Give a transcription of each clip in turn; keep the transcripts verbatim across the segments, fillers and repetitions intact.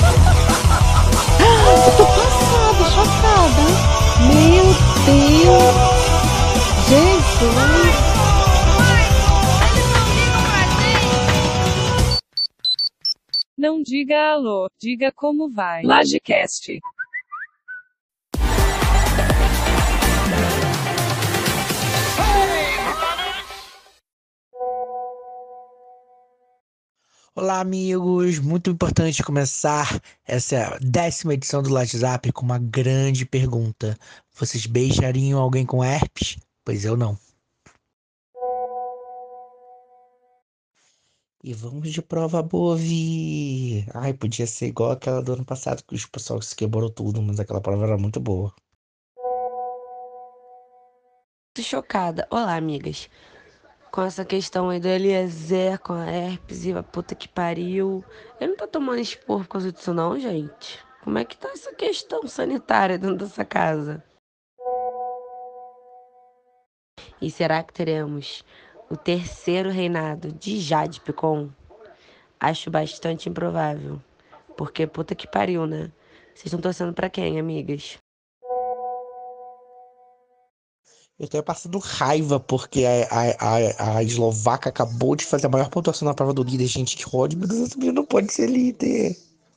Eu tô passada, chocada. Meu Deus. Jesus. Não diga alô, diga como vai. Lagecast. Olá, amigos! Muito importante começar essa décima edição do WhatsApp com uma grande pergunta. Vocês beijariam alguém com herpes? Pois eu não. E vamos de prova Bove! Ai, podia ser igual aquela do ano passado, que o pessoal se quebrou tudo, mas aquela prova era muito boa. Tô chocada. Olá, amigas. Com essa questão aí do Eliezer, com a herpes e a puta que pariu. Eu não tô tomando esporro por causa disso não, gente. Como é que tá essa questão sanitária dentro dessa casa? E será que teremos o terceiro reinado de Jade Picon? Acho bastante improvável. Porque puta que pariu, né? Vocês estão torcendo pra quem, amigas? Eu tô passando raiva porque a, a, a, a Eslovaca acabou de fazer a maior pontuação na prova do líder. Gente, que ódio, meu Deus, essa menina não pode ser líder.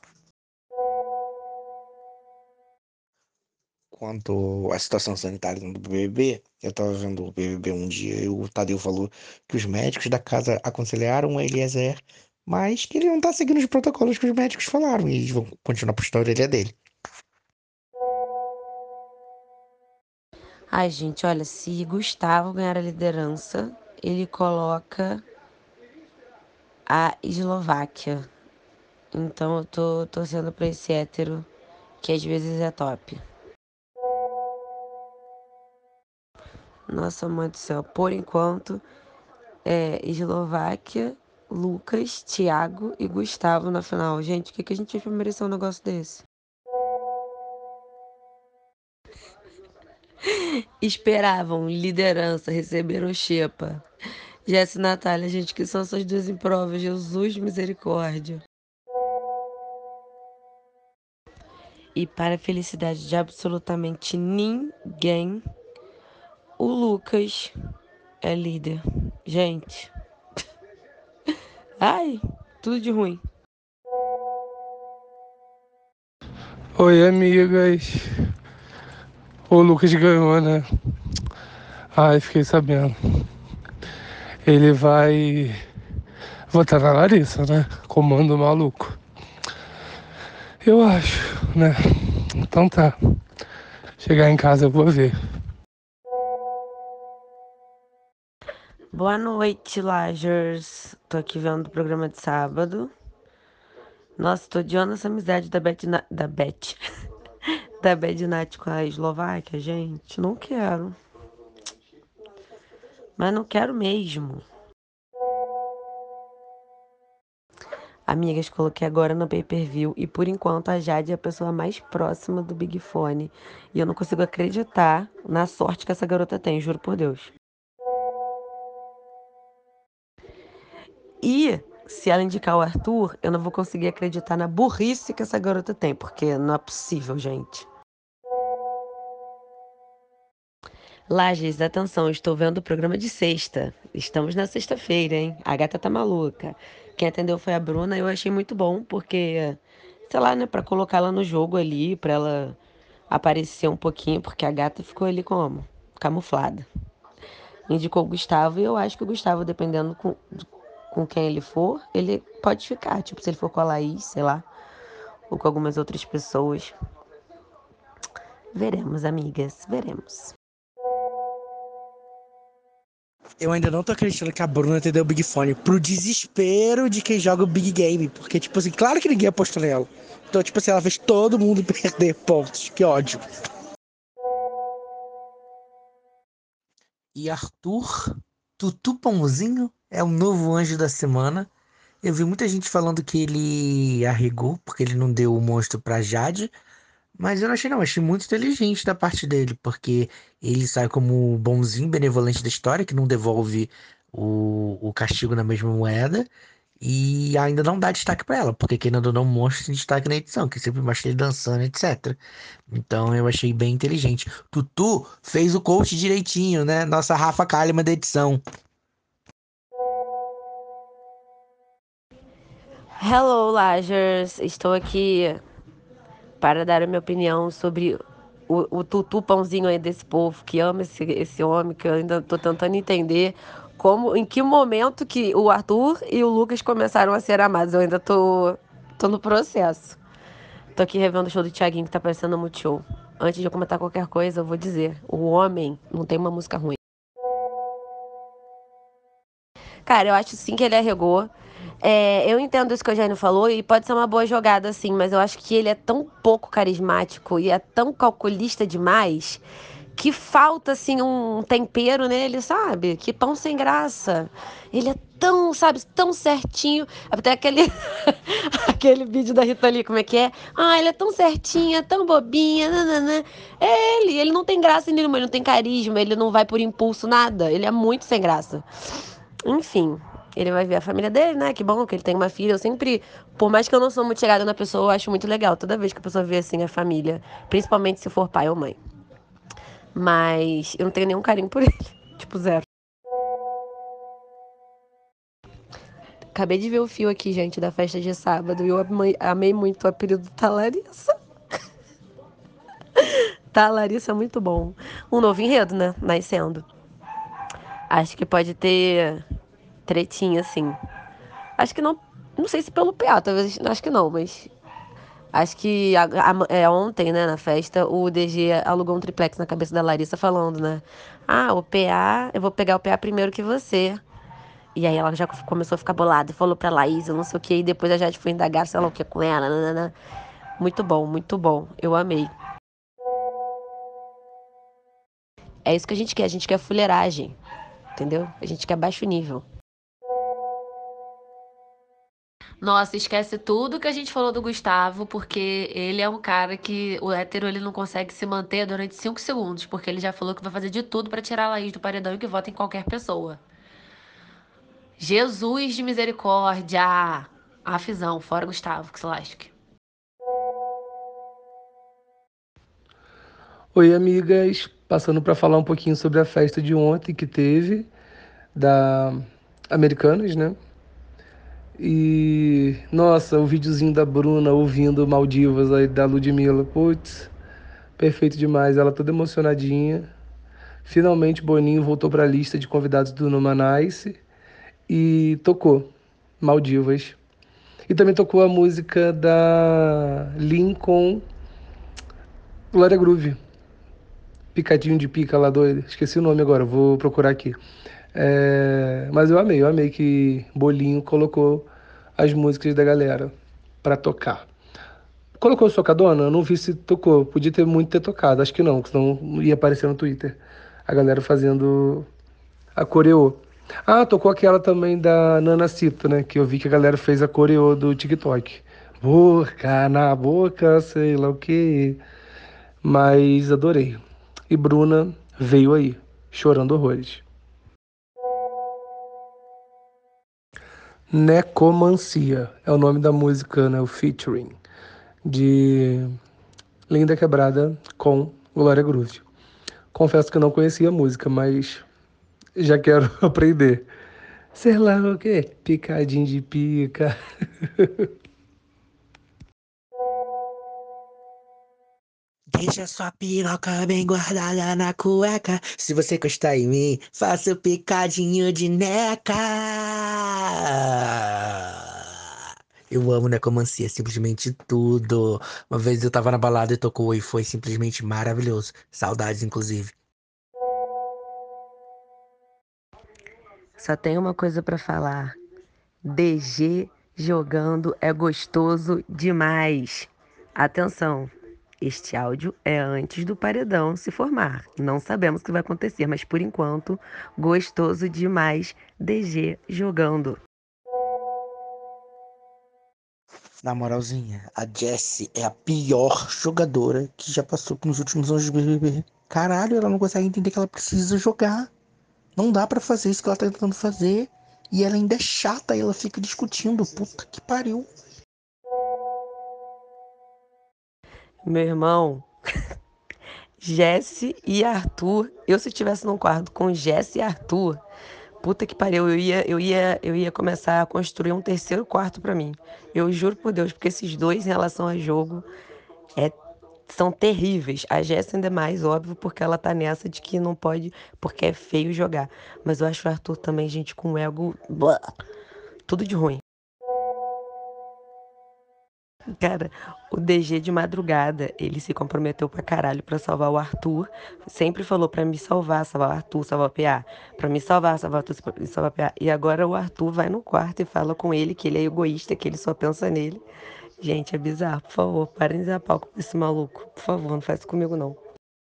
Quanto à situação sanitária do B B B, eu tava vendo o B B B um dia e o Tadeu falou que os médicos da casa aconselharam o Eliezer, mas que ele não tá seguindo os protocolos que os médicos falaram e eles vão continuar postando a orelha dele. Ai, gente, olha, se Gustavo ganhar a liderança, ele coloca a Eslováquia. Então eu tô torcendo pra esse hétero, que às vezes é top. Nossa, mãe do céu. Por enquanto, é Eslováquia, Lucas, Thiago e Gustavo na final. Gente, o que, que a gente fez pra merecer um negócio desse? Esperavam liderança, receberam xepa. Jess e Natália, gente, que são essas duas em prova? Jesus, misericórdia. E para a felicidade de absolutamente ninguém, o Lucas é líder. Gente. Ai, tudo de ruim. Oi, amigas. O Lucas ganhou, né? Ai, fiquei sabendo. Ele vai votar na Larissa, né? Comando maluco. Eu acho, né? Então tá. Chegar em casa eu vou ver. Boa noite, Lagers. Tô aqui vendo o programa de sábado. Nossa, tô odiando essa amizade da Beth... Na... Da Beth. da Beth Nath com a Eslováquia, gente. Não quero. Mas não quero mesmo. Amigas, coloquei agora no pay-per-view e por enquanto a Jade é a pessoa mais próxima do Big Fone. E eu não consigo acreditar na sorte que essa garota tem, juro por Deus. E se ela indicar o Arthur, eu não vou conseguir acreditar na burrice que essa garota tem, porque não é possível, gente. Lages, atenção, estou vendo o programa de sexta. Estamos na sexta-feira, hein? A gata tá maluca. Quem atendeu foi a Bruna, eu achei muito bom, porque, sei lá, né, pra colocar ela no jogo ali, pra ela aparecer um pouquinho, porque a gata ficou ali como? Camuflada. Indicou o Gustavo e eu acho que o Gustavo, dependendo com, com quem ele for, ele pode ficar. Tipo, se ele for com a Laís, sei lá, ou com algumas outras pessoas. Veremos, amigas, veremos. Eu ainda não tô acreditando que a Bruna entendeu o Big Fone pro desespero de quem joga o Big Game. Porque, tipo assim, claro que ninguém apostou nela. Então, tipo assim, ela fez todo mundo perder pontos. Que ódio. E Arthur Tutu Pãozinho é o novo anjo da semana. Eu vi muita gente falando que ele arregou porque ele não deu o monstro pra Jade. Mas eu não achei não, achei muito inteligente da parte dele, porque ele sai como o bonzinho, benevolente da história, que não devolve o, o castigo na mesma moeda. E ainda não dá destaque pra ela, porque quem não dá um monstro de destaque na edição, que sempre mostra ele dançando, etcétera. Então eu achei bem inteligente. Tutu fez o coach direitinho, né? Nossa Rafa Kalimann da edição. Hello, Lagers! Estou aqui para dar a minha opinião sobre o, o tutu pãozinho aí desse povo que ama esse, esse homem, que eu ainda tô tentando entender como, em que momento que o Arthur e o Lucas começaram a ser amados. Eu ainda tô, tô no processo. Tô aqui revendo o show do Thiaguinho que tá aparecendo no Multishow. Antes de eu comentar qualquer coisa, eu vou dizer, o homem não tem uma música ruim. Cara, eu acho sim que ele arregou. É, eu entendo isso que o Eugênio falou e pode ser uma boa jogada, sim, mas eu acho que ele é tão pouco carismático e é tão calculista demais que falta, assim, um tempero nele, sabe? Que pão sem graça. Ele é tão, sabe, tão certinho. Até aquele, aquele vídeo da Rita Lee, como é que é? Ah, ele é tão certinha, tão bobinha, nananã. É ele, ele não tem graça nenhuma, ele não tem carisma, ele não vai por impulso, nada. Ele é muito sem graça. Enfim, ele vai ver a família dele, né? Que bom que ele tem uma filha. Eu sempre, por mais que eu não sou muito chegada na pessoa, eu acho muito legal. Toda vez que a pessoa vê, assim, a família. Principalmente se for pai ou mãe. Mas eu não tenho nenhum carinho por ele. Tipo, zero. Acabei de ver o fio aqui, gente, da festa de sábado. E eu amei, amei muito o apelido da Larissa. Tá, Larissa, muito bom. Um novo enredo, né? Nascendo. Acho que pode ter tretinha, assim. Acho que não. Não sei se pelo P A, talvez. Acho que não, mas. Acho que a- a- é, ontem, né, na festa, o D G alugou um triplex na cabeça da Larissa falando, né? Ah, o P A, eu vou pegar o P A primeiro que você. E aí ela já começou a ficar bolada e falou pra Laís, eu não sei o que, e depois a Jade foi indagar, sei lá o que com ela, nanana. Muito bom, muito bom. Eu amei. É isso que a gente quer, a gente quer fuleiragem, entendeu? A gente quer baixo nível. Nossa, esquece tudo que a gente falou do Gustavo, porque ele é um cara que o hétero ele não consegue se manter durante cinco segundos, porque ele já falou que vai fazer de tudo pra tirar a Laís do paredão e que vota em qualquer pessoa. Jesus de misericórdia! Afisão, fora Gustavo, que se lasque. Oi, amigas. Passando para falar um pouquinho sobre a festa de ontem que teve, da Americanas, né? E, nossa, o videozinho da Bruna ouvindo Maldivas aí da Ludmilla. Putz, perfeito demais. Ela toda emocionadinha. Finalmente, Boninho voltou para a lista de convidados do Numanice e tocou Maldivas. E também tocou a música da Lincoln Glória Groove. Picadinho de pica lá doido. Esqueci o nome agora, vou procurar aqui. É, mas eu amei, eu amei que Bolinho colocou as músicas da galera pra tocar. Colocou Socadona? Eu não vi se tocou. Podia ter muito ter tocado, acho que não, senão ia aparecer no Twitter. A galera fazendo a coreô. Ah, tocou aquela também da Nana Cito, né? Que eu vi que a galera fez a coreô do TikTok. Boca na boca, sei lá o que. Mas adorei. E Bruna veio aí, chorando horrores. Necomancia é o nome da música, né? O featuring de Linda Quebrada com Glória Groove. Confesso que eu não conhecia a música, mas já quero aprender. Sei lá o quê? Picadinho de pica. Deixa sua piroca bem guardada na cueca. Se você encostar em mim, faça o picadinho de neca. Eu amo necromancia, simplesmente tudo. Uma vez eu tava na balada e tocou e foi simplesmente maravilhoso. Saudades, inclusive. Só tenho uma coisa pra falar. D G jogando é gostoso demais. Atenção, este áudio é antes do paredão se formar. Não sabemos o que vai acontecer, mas por enquanto, gostoso demais D G jogando. Na moralzinha, a Jessie é a pior jogadora que já passou nos últimos anos de B B B. Caralho, ela não consegue entender que ela precisa jogar. Não dá pra fazer isso que ela tá tentando fazer. E ela ainda é chata, ela fica discutindo. Puta que pariu. Meu irmão, Jesse e Arthur. Eu, se estivesse num quarto com Jesse e Arthur, puta que pariu, eu ia, eu ia, eu ia começar a construir um terceiro quarto pra mim. Eu juro por Deus, porque esses dois em relação a jogo é, são terríveis. A Jess ainda é mais, óbvio, porque ela tá nessa de que não pode, porque é feio jogar. Mas eu acho o Arthur também, gente, com ego. Blá, tudo de ruim. Cara, o D G de madrugada, ele se comprometeu pra caralho pra salvar o Arthur. Sempre falou pra me salvar, salvar o Arthur, salvar o P A. Pra me salvar, salvar o Arthur, salvar o P A. E agora o Arthur vai no quarto e fala com ele que ele é egoísta, que ele só pensa nele. Gente, é bizarro. Por favor, parem de dar palco pra esse maluco. Por favor, não faz isso comigo, não.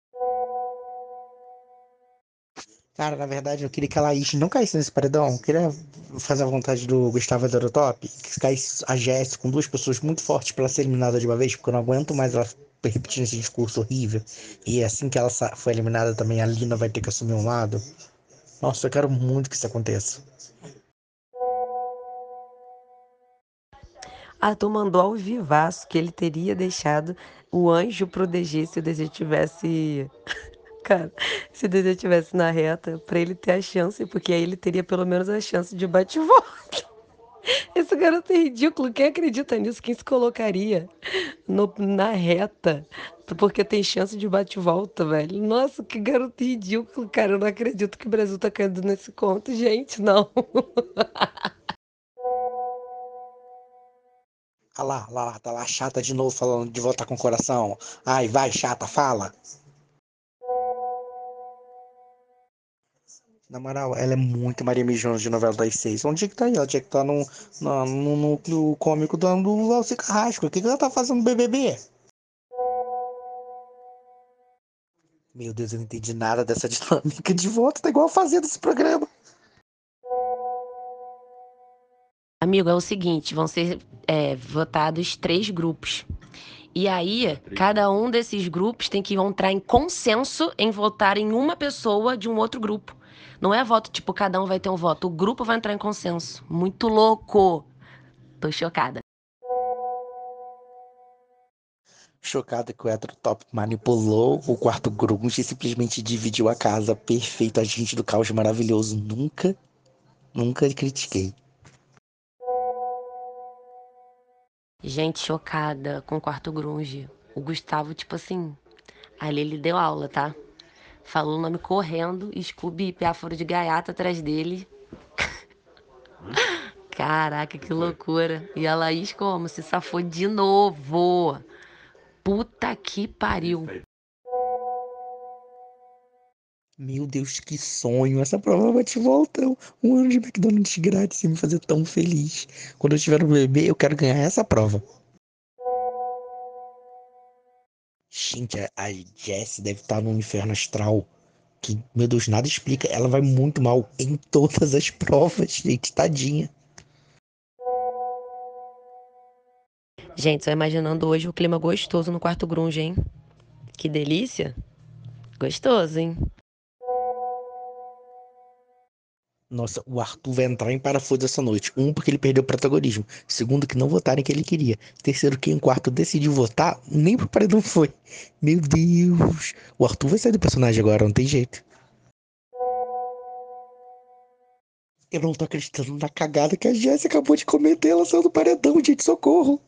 Cara, na verdade, eu queria que a Laís não caísse nesse paredão. Eu queria fazer a vontade do Gustavo Top, que caísse a Jéssica com duas pessoas muito fortes pra ela ser eliminada de uma vez, porque eu não aguento mais ela repetindo esse discurso horrível. E assim que ela sa- for eliminada também, a Lina vai ter que assumir um lado. Nossa, eu quero muito que isso aconteça. Arthur mandou ao vivaço que ele teria deixado o anjo pro D G se o D G tivesse. Cara, se o D G tivesse na reta, pra ele ter a chance, porque aí ele teria pelo menos a chance de bate-volta. Esse garoto é ridículo. Quem acredita nisso? Quem se colocaria no- na reta? Porque tem chance de bate-volta, velho. Nossa, que garoto ridículo, cara. Eu não acredito que o Brasil tá caindo nesse conto, gente, não. Ah lá, lá, lá, tá lá chata de novo falando de voltar com o coração. Ai, vai, chata, fala. Na moral, ela é muito Maria Mijones de novela das seis. Onde é que tá aí? Ela tinha que estar no, no, no núcleo cômico do, do Alce Carrasco. O que, que ela tá fazendo no B B B? Meu Deus, eu não entendi nada dessa dinâmica de voto. Tá igual a Fazenda esse programa. Amigo, é o seguinte, vão ser é, votados três grupos. E aí, cada um desses grupos tem que entrar em consenso em votar em uma pessoa de um outro grupo. Não é voto, tipo, cada um vai ter um voto. O grupo vai entrar em consenso. Muito louco. Tô chocada. Chocada que o Heterotop manipulou o quarto grunge e simplesmente dividiu a casa. Perfeito, agente do caos maravilhoso. Nunca, nunca critiquei. Gente, chocada com o quarto grunge. O Gustavo, tipo assim, ali ele deu aula, tá? Falou o nome correndo, Scooby e Piá foram de gaiata atrás dele. Caraca, que loucura. E a Laís como? Se safou de novo. Puta que pariu. Meu Deus, que sonho. Essa prova vai te voltar. Um ano de McDonald's grátis ia me fazer tão feliz. Quando eu tiver no bebê, eu quero ganhar essa prova. Gente, a, a Jessie deve estar no inferno astral. Que, meu Deus, nada explica. Ela vai muito mal em todas as provas, gente. Tadinha. Gente, só imaginando hoje o clima gostoso no quarto grunge, hein? Que delícia. Gostoso, hein? Nossa, o Arthur vai entrar em parafuso essa noite. Um, porque ele perdeu o protagonismo. Segundo, que não votaram em quem ele queria. Terceiro, que em quarto decidiu votar, nem pro paredão foi. Meu Deus. O Arthur vai sair do personagem agora, não tem jeito. Eu não tô acreditando na cagada que a Jéssica acabou de cometer. Ela saiu do paredão, gente, socorro.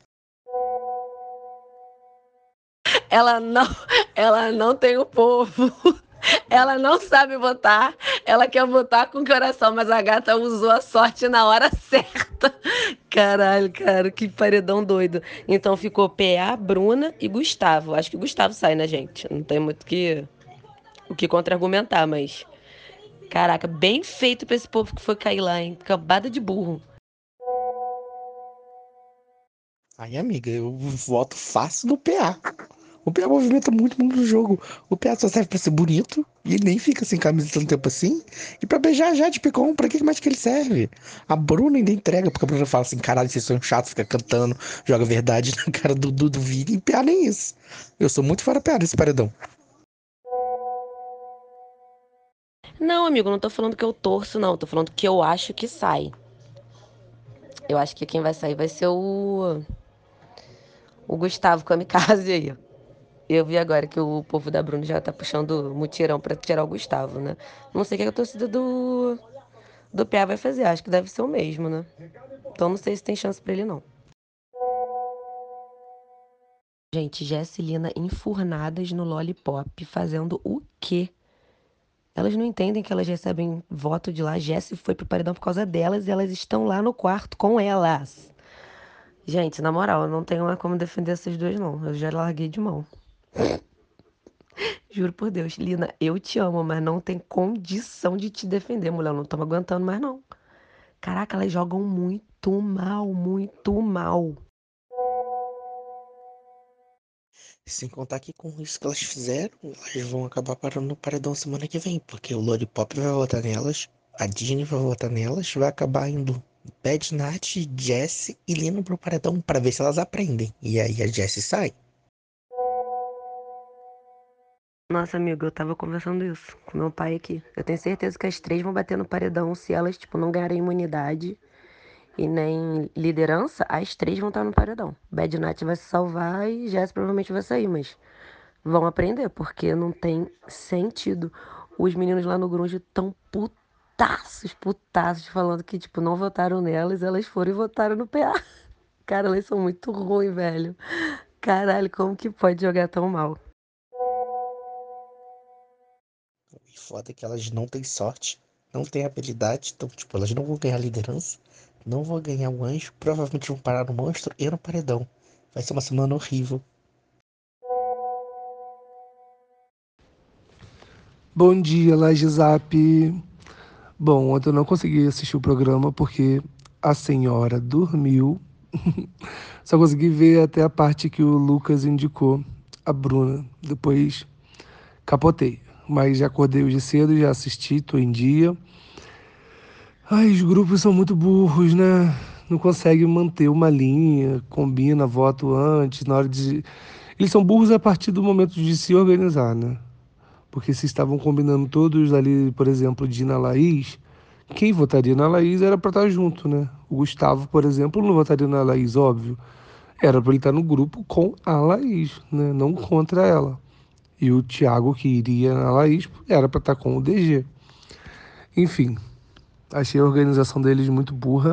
Ela não, ela não tem o povo. Ela não sabe votar. Ela quer votar com o coração, mas a gata usou a sorte na hora certa. Caralho, cara, que paredão doido. Então ficou P A, Bruna e Gustavo. Acho que o Gustavo sai, né, gente? Não tem muito que, o que contra-argumentar, mas. Caraca, bem feito pra esse povo que foi cair lá, hein? Cambada de burro. Aí, amiga, eu voto fácil no P A. O P A movimenta muito muito no jogo. O P A só serve pra ser bonito e ele nem fica sem camisa tanto tempo assim. E pra beijar já de Picon, pra que mais que ele serve? A Bruna ainda entrega, porque a Bruna fala assim: caralho, vocês são chatos, fica cantando, joga verdade na cara do, do, do Vini. E P A nem isso. Eu sou muito fora P A desse paredão. Não, amigo, não tô falando que eu torço, não. Tô falando que eu acho que sai. Eu acho que quem vai sair vai ser o, o Gustavo Kamikaze aí. Eu vi agora que o povo da Bruna já tá puxando mutirão pra tirar o Gustavo, né? Não sei o que a torcida do, do P A vai fazer. Acho que deve ser o mesmo, né? Então não sei se tem chance pra ele, não. Gente, Jess e Lina enfurnadas no Lollipop, fazendo o quê? Elas não entendem que elas recebem voto de lá. Jess foi pro paredão por causa delas e elas estão lá no quarto com elas. Gente, na moral, eu não tenho mais como defender essas duas, não. Eu já larguei de mão. Juro por Deus. Lina, eu te amo, mas não tem condição de te defender, mulher. Eu não tô me aguentando mais, não. Caraca, elas jogam muito mal, muito mal. Sem contar que com isso que elas fizeram, elas vão acabar parando no paredão semana que vem, porque o Lollipop vai votar nelas, a Disney vai votar nelas, vai acabar indo Bad Nat, Jessie e Lino pro paredão pra ver se elas aprendem. E aí a Jessie sai. Nossa, amigo, eu tava conversando isso com meu pai aqui. Eu tenho certeza que as três vão bater no paredão se elas, tipo, não ganharem imunidade e nem liderança, as três vão estar no paredão. Bad Night vai se salvar e Jess provavelmente vai sair, mas vão aprender, porque não tem sentido. Os meninos lá no grunge tão putaços, putaços, falando que, tipo, não votaram nelas, elas foram e votaram no P A. Cara, elas são muito ruins, velho. Caralho, como que pode jogar tão mal? E foda é que elas não têm sorte, não têm habilidade, então, tipo, elas não vão ganhar liderança, não vão ganhar o anjo, provavelmente vão parar no monstro e no paredão. Vai ser uma semana horrível. Bom dia, Laje Zap. Bom, ontem eu não consegui assistir o programa porque a senhora dormiu. Só consegui ver até a parte que o Lucas indicou a Bruna. Depois capotei. Mas já acordei hoje cedo, já assisti, tô em dia. Ai, os grupos são muito burros, né? Não conseguem manter uma linha, combina voto antes, na hora de. Eles são burros a partir do momento de se organizar, né? Porque se estavam combinando todos ali, por exemplo, de ir na Laís, quem votaria na Laís era para estar junto, né? O Gustavo, por exemplo, não votaria na Laís, óbvio. Era para ele estar no grupo com a Laís, né? Não contra ela. E o Thiago, que iria na Laís, era para estar com o D G. Enfim, achei a organização deles muito burra.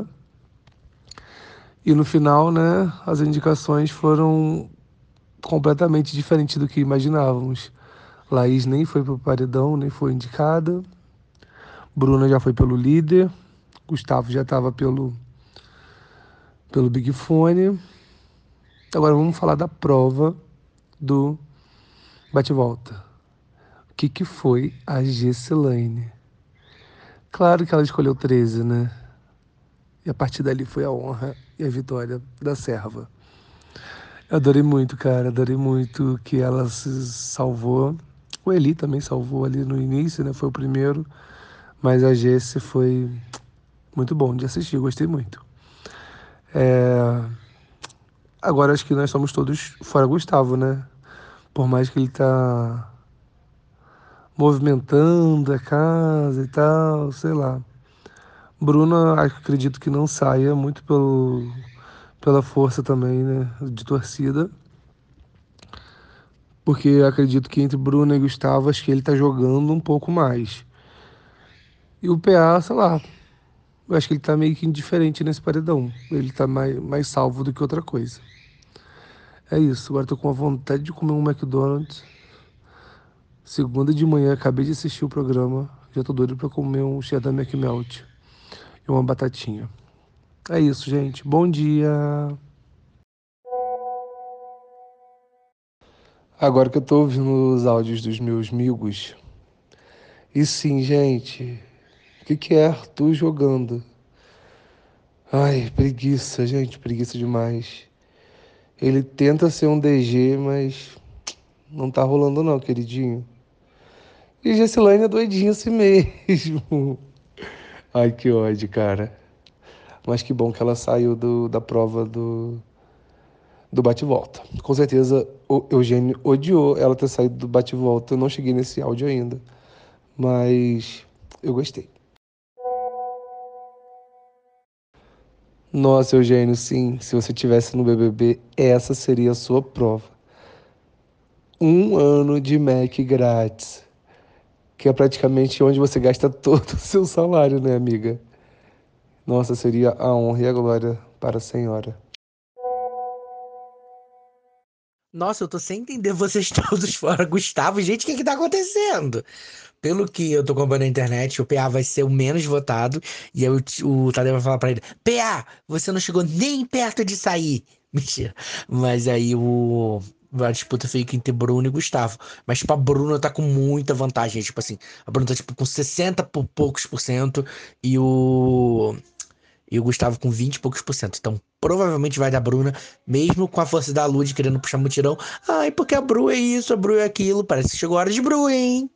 E no final, né, as indicações foram completamente diferentes do que imaginávamos. Laís nem foi para o paredão, nem foi indicada. Bruna já foi pelo líder. Gustavo já estava pelo, pelo Big Fone. Agora vamos falar da prova do bate-volta. O que, que foi a Gessilane? Claro que ela escolheu treze, né? E a partir dali foi a honra e a vitória da serva. Eu adorei muito, cara. Adorei muito que ela se salvou. O Eli também salvou ali no início, né? Foi o primeiro. Mas a Jessie foi muito bom de assistir. Gostei muito. É... Agora acho que nós somos todos fora Gustavo, né? Por mais que ele tá movimentando a casa e tal, sei lá. Bruna, acredito que não saia, muito pelo, pela força também, né, de torcida. Porque acredito que entre Bruna e Gustavo, acho que ele tá jogando um pouco mais. E o P A, sei lá, eu acho que ele tá meio que indiferente nesse paredão. Ele tá mais, mais salvo do que outra coisa. É isso, agora tô com a vontade de comer um McDonald's. Segunda de manhã, acabei de assistir o programa. Já tô doido pra comer um cheddar McMelt e uma batatinha. É isso, gente. Bom dia. Agora que eu tô ouvindo os áudios dos meus amigos. E sim, gente. O que, que é Arthur jogando? Ai, preguiça, gente. Preguiça demais. Ele tenta ser um D G, mas não tá rolando não, queridinho. E Gessilane é doidinha assim mesmo. Ai, que ódio, cara. Mas que bom que ela saiu do, da prova do, do bate-volta. Com certeza o Eugênio odiou ela ter saído do bate-volta. Eu não cheguei nesse áudio ainda. Mas eu gostei. Nossa, Eugênio, sim, se você tivesse no B B B, essa seria a sua prova. Um ano de Mac grátis, que é praticamente onde você gasta todo o seu salário, né, amiga? Nossa, seria a honra e a glória para a senhora. Nossa, eu tô sem entender vocês todos fora. Gustavo, gente, o que que tá acontecendo? Pelo que eu tô acompanhando na internet, o P A vai ser o menos votado. E aí o, T- o Tadeu vai falar pra ele: P A, você não chegou nem perto de sair. Mentira. Mas aí o. A disputa fica entre Bruno e Gustavo. Mas, tipo, a Bruna tá com muita vantagem. Tipo assim, a Bruna tá, tipo, com sessenta por poucos por cento. E o. E o Gustavo com vinte e poucos por cento. Então, provavelmente vai dar Bruna, mesmo com a força da Lud querendo puxar mutirão. Ai, porque a Bru é isso, a Bru é aquilo. Parece que chegou a hora de Bru, hein?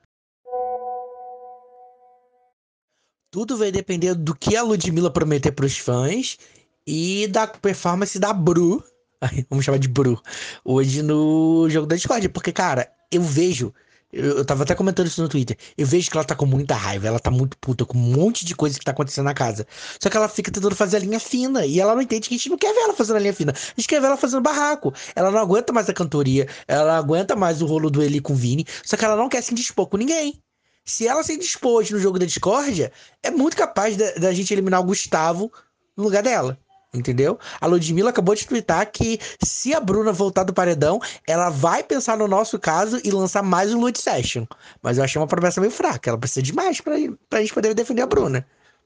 Tudo vai depender do que a Ludmilla prometer pros fãs e da performance da Bru. Ai, vamos chamar de Bru. Hoje no jogo da Discord. Porque, cara, eu vejo. Eu, eu tava até comentando isso no Twitter. Eu vejo que ela tá com muita raiva. Ela tá muito puta com um monte de coisa que tá acontecendo na casa. Só que ela fica tentando fazer a linha fina. E ela não entende que a gente não quer ver ela fazendo a linha fina. A gente quer ver ela fazendo barraco. Ela não aguenta mais a cantoria. Ela não aguenta mais o rolo do Eli com o Vini. Só que ela não quer se indispor com ninguém. Se ela se dispôs no jogo da discórdia, é muito capaz da, da gente eliminar o Gustavo no lugar dela. Entendeu? A Ludmilla acabou de twittar que se a Bruna voltar do paredão, ela vai pensar no nosso caso e lançar mais um Lud Session. Mas eu achei uma promessa meio fraca. Ela precisa de mais pra, pra gente poder defender a Bruna.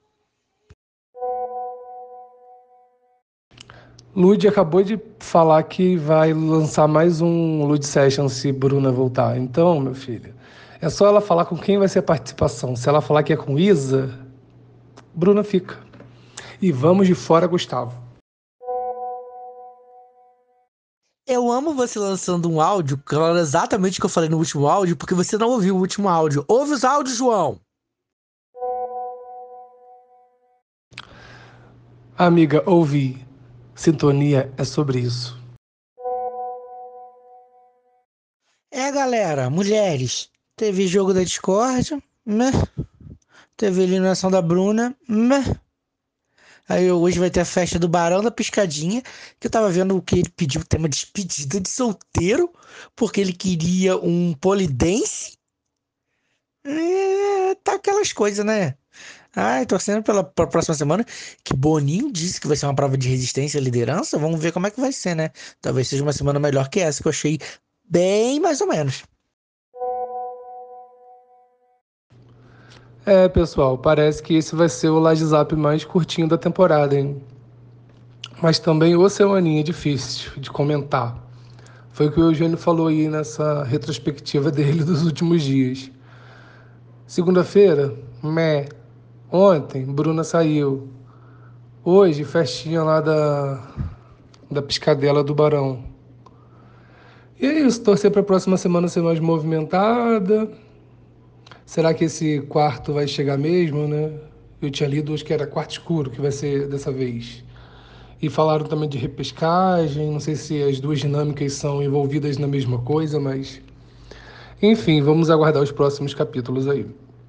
Lud acabou de falar que vai lançar mais um Lud Session se Bruna voltar. Então, meu filho, é só ela falar com quem vai ser a participação. Se ela falar que é com Isa, Bruna fica. E vamos de fora, Gustavo. Eu amo você lançando um áudio, que era exatamente o que eu falei no último áudio, porque você não ouviu o último áudio. Ouve os áudios, João! Amiga, ouvi. Sintonia é sobre isso. É, galera, mulheres. Teve jogo da Discord, né? Teve eliminação da Bruna, né? Aí hoje vai ter a festa do Barão da Piscadinha, que eu tava vendo que ele pediu o tema despedida de solteiro, porque ele queria um polidense. É, tá aquelas coisas, né? Ai, torcendo pela, pra próxima semana, que Boninho disse que vai ser uma prova de resistência e liderança. Vamos ver como é que vai ser, né? Talvez seja uma semana melhor que essa, que eu achei bem mais ou menos. É, pessoal, parece que esse vai ser o Laje Zap mais curtinho da temporada, hein? Mas também o semaninha é difícil de comentar. Foi o que o Eugênio falou aí nessa retrospectiva dele dos últimos dias. Segunda-feira, meh. Ontem, Bruna saiu. Hoje, festinha lá da, da Piscadela do Barão. E é isso, torcer para a próxima semana ser mais movimentada. Será que esse quarto vai chegar mesmo, né? Eu tinha lido, acho que era quarto escuro que vai ser dessa vez. E falaram também de repescagem, não sei se as duas dinâmicas são envolvidas na mesma coisa, mas... Enfim, vamos aguardar os próximos capítulos aí.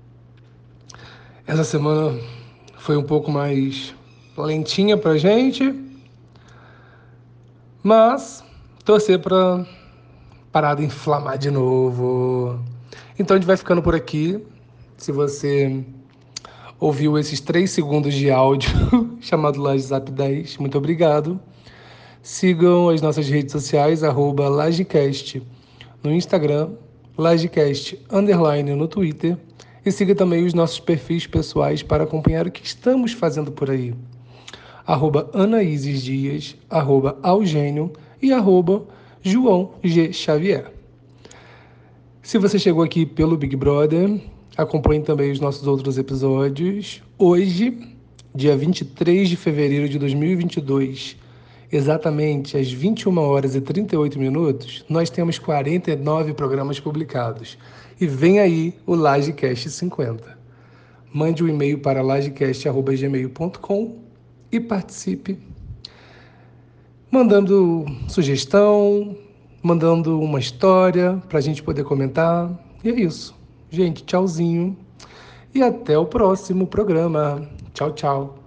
Essa semana foi um pouco mais lentinha pra gente, mas torcer pra parada inflamar de novo. Então a gente vai ficando por aqui. Se você ouviu esses três segundos de áudio chamado Laje Zap dez, muito obrigado. Sigam as nossas redes sociais, arroba LajeCast no Instagram, LajeCast underline no Twitter, e siga também os nossos perfis pessoais para acompanhar o que estamos fazendo por aí. Arroba Anaíses Dias, arroba Algênio e arroba João G. Xavier. Se você chegou aqui pelo Big Brother, acompanhe também os nossos outros episódios. Hoje, dia vinte e três de fevereiro de dois mil e vinte e dois, exatamente às vinte e uma horas e trinta e oito minutos, nós temos quarenta e nove programas publicados. E vem aí o LajeCast cinquenta. Mande um e-mail para lajecast arroba gmail ponto com e participe, mandando sugestão, mandando uma história para a gente poder comentar. E é isso. Gente, tchauzinho. E até o próximo programa. Tchau, tchau.